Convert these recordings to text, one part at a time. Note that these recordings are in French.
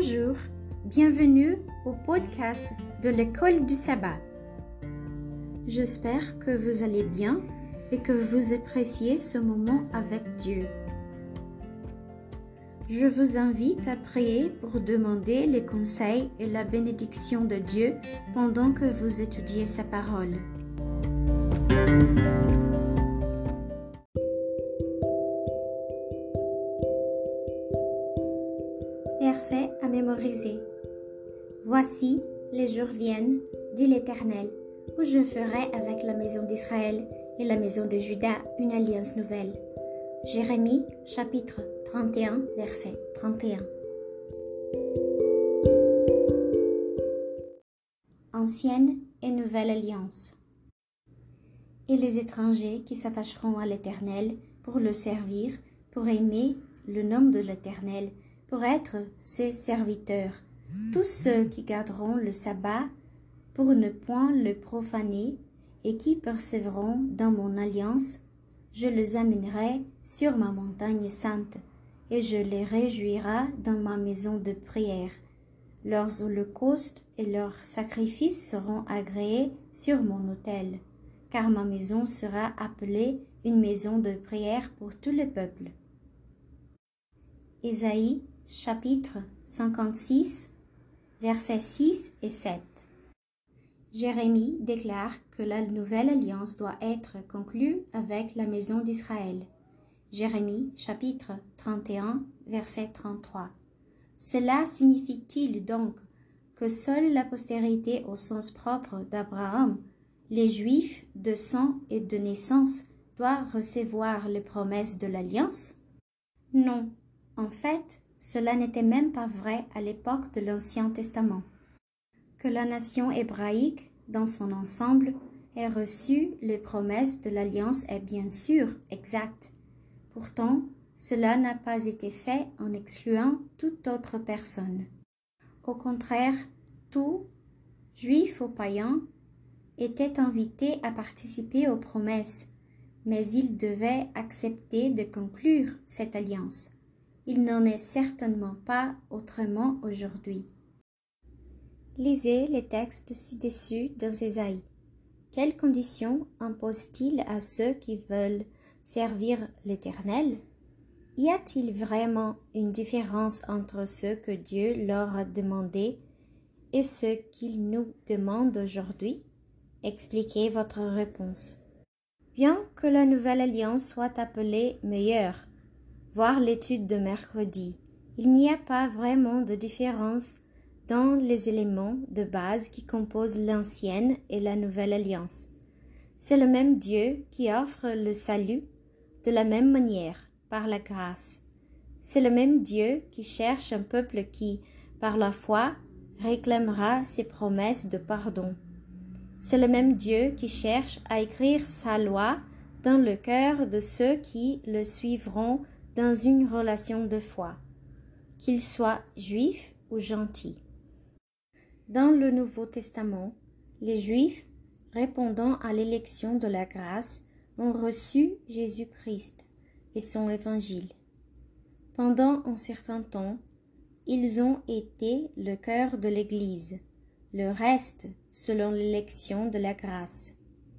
Bonjour, bienvenue au podcast de l'école du sabbat. J'espère que vous allez bien et que vous appréciez ce moment avec Dieu. Je vous invite à prier pour demander les conseils et la bénédiction de Dieu pendant que vous étudiez sa parole. Versets à mémoriser. Voici, les jours viennent, dit l'Éternel, où je ferai avec la maison d'Israël et la maison de Juda une alliance nouvelle. Jérémie, chapitre 31, verset 31. Ancienne et nouvelle alliance. Et les étrangers qui s'attacheront à l'Éternel pour le servir, pour aimer le nom de l'Éternel, pour être ses serviteurs, tous ceux qui garderont le sabbat pour ne point le profaner et qui persévéreront dans mon alliance, je les amènerai sur ma montagne sainte et je les réjouirai dans ma maison de prière. Leurs holocaustes et leurs sacrifices seront agréés sur mon autel, car ma maison sera appelée une maison de prière pour tous les peuples. Ésaïe, chapitre 56, versets 6 et 7. Jérémie déclare que la nouvelle alliance doit être conclue avec la maison d'Israël. Jérémie, chapitre 31, verset 33. Cela signifie-t-il donc que seule la postérité au sens propre d'Abraham, les Juifs de sang et de naissance, doit recevoir les promesses de l'alliance? Non, en fait, cela n'était même pas vrai à l'époque de l'Ancien Testament. Que la nation hébraïque, dans son ensemble, ait reçu les promesses de l'alliance est bien sûr exact. Pourtant, cela n'a pas été fait en excluant toute autre personne. Au contraire, tout, juif ou païen, était invité à participer aux promesses, mais il devait accepter de conclure cette alliance. Il n'en est certainement pas autrement aujourd'hui. Lisez les textes ci-dessus dans Ésaïe. Quelles conditions impose-t-il à ceux qui veulent servir l'Éternel? Y a-t-il vraiment une différence entre ce que Dieu leur a demandé et ce qu'il nous demande aujourd'hui? Expliquez votre réponse. Bien que la nouvelle alliance soit appelée meilleure, voir l'étude de mercredi, il n'y a pas vraiment de différence dans les éléments de base qui composent l'ancienne et la nouvelle alliance. C'est le même Dieu qui offre le salut de la même manière, par la grâce. C'est le même Dieu qui cherche un peuple qui, par la foi, réclamera ses promesses de pardon. C'est le même Dieu qui cherche à écrire sa loi dans le cœur de ceux qui le suivront dans une relation de foi, qu'ils soient juifs ou gentils. Dans le Nouveau Testament, les Juifs, répondant à l'élection de la grâce, ont reçu Jésus-Christ et son évangile. Pendant un certain temps, ils ont été le cœur de l'Église, le reste selon l'élection de la grâce,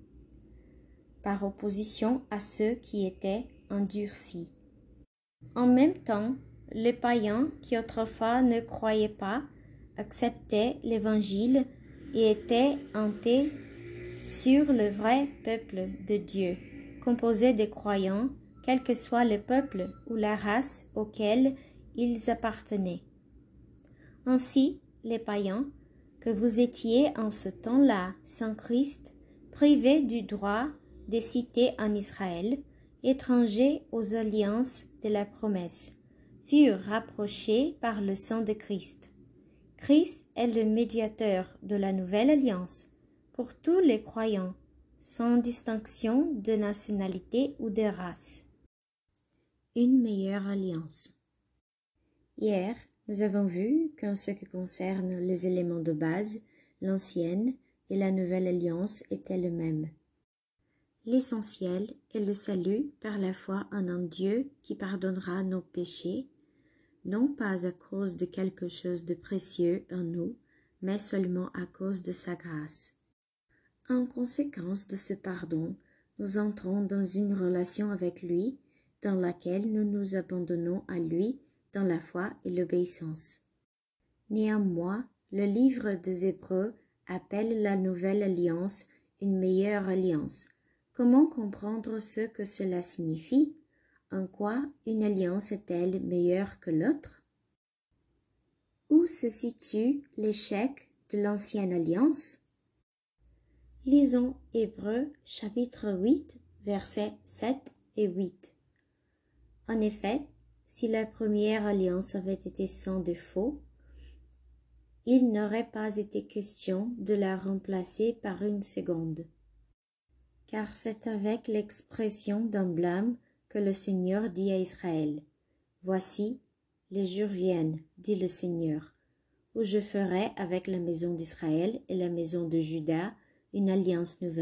par opposition à ceux qui étaient endurcis. En même temps, les païens qui autrefois ne croyaient pas acceptaient l'Évangile et étaient hantés sur le vrai peuple de Dieu, composé de croyants, quel que soit le peuple ou la race auquel ils appartenaient. Ainsi, les païens, que vous étiez en ce temps-là sans Christ, privés du droit des cités en Israël, étrangers aux alliances de la promesse, furent rapprochés par le sang de Christ. Christ est le médiateur de la nouvelle alliance pour tous les croyants, sans distinction de nationalité ou de race. Une meilleure alliance. Hier, nous avons vu qu'en ce qui concerne les éléments de base, l'ancienne et la nouvelle alliance étaient les mêmes. L'essentiel est le salut par la foi en un Dieu qui pardonnera nos péchés, non pas à cause de quelque chose de précieux en nous, mais seulement à cause de sa grâce. En conséquence de ce pardon, nous entrons dans une relation avec lui, dans laquelle nous nous abandonnons à lui dans la foi et l'obéissance. Néanmoins, le livre des Hébreux appelle la nouvelle alliance une meilleure alliance. Comment comprendre ce que cela signifie? En quoi une alliance est-elle meilleure que l'autre? Où se situe l'échec de l'ancienne alliance? Lisons Hébreux chapitre 8, versets 7 et 8. En effet, si la première alliance avait été sans défaut, il n'aurait pas été question de la remplacer par une seconde. Car c'est avec l'expression d'un blâme que le Seigneur dit à Israël, « Voici, les jours viennent, dit le Seigneur, où je ferai avec la maison d'Israël et la maison de Juda une alliance nouvelle. »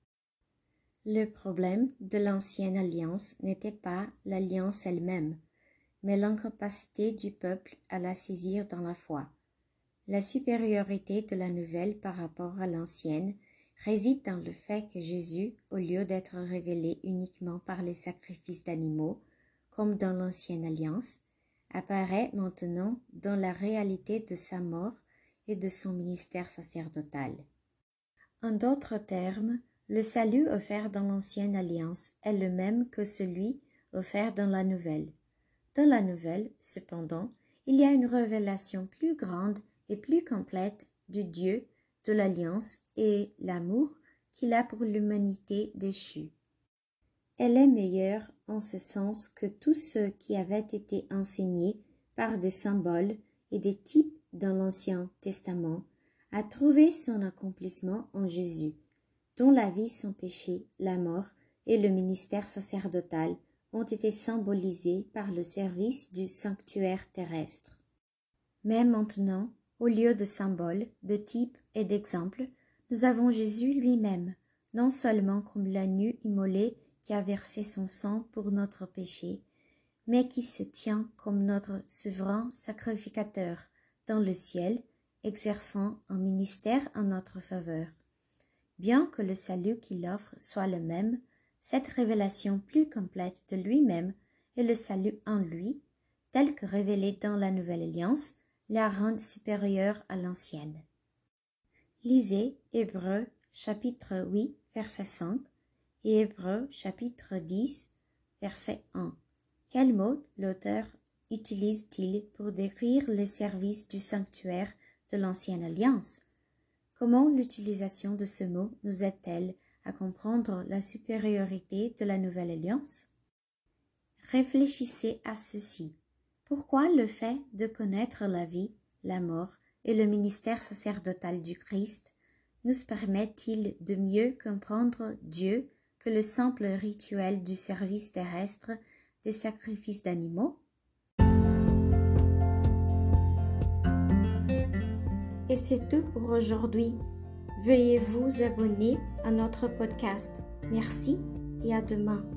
Le problème de l'ancienne alliance n'était pas l'alliance elle-même, mais l'incapacité du peuple à la saisir dans la foi. La supériorité de la nouvelle par rapport à l'ancienne réside dans le fait que Jésus, au lieu d'être révélé uniquement par les sacrifices d'animaux, comme dans l'ancienne alliance, apparaît maintenant dans la réalité de sa mort et de son ministère sacerdotal. En d'autres termes, le salut offert dans l'ancienne alliance est le même que celui offert dans la nouvelle. Dans la nouvelle, cependant, il y a une révélation plus grande et plus complète du Dieu de l'alliance et l'amour qu'il a pour l'humanité déchue. Elle est meilleure en ce sens que tout ce qui avait été enseigné par des symboles et des types dans l'Ancien Testament a trouvé son accomplissement en Jésus, dont la vie sans péché, la mort et le ministère sacerdotal ont été symbolisés par le service du sanctuaire terrestre. Mais maintenant, au lieu de symboles, de types et d'exemples, nous avons Jésus lui-même, non seulement comme l'agneau immolé qui a versé son sang pour notre péché, mais qui se tient comme notre souverain sacrificateur dans le ciel, exerçant un ministère en notre faveur. Bien que le salut qu'il offre soit le même, cette révélation plus complète de lui-même et le salut en lui, tel que révélé dans la Nouvelle Alliance, la rend supérieure à l'ancienne. Lisez Hébreux chapitre 8, verset 5 et Hébreux chapitre 10, verset 1. Quel mot l'auteur utilise-t-il pour décrire les services du sanctuaire de l'ancienne alliance? Comment l'utilisation de ce mot nous aide-t-elle à comprendre la supériorité de la nouvelle alliance? Réfléchissez à ceci. Pourquoi le fait de connaître la vie, la mort et le ministère sacerdotal du Christ nous permet-il de mieux comprendre Dieu que le simple rituel du service terrestre des sacrifices d'animaux? Et c'est tout pour aujourd'hui. Veuillez vous abonner à notre podcast. Merci et à demain.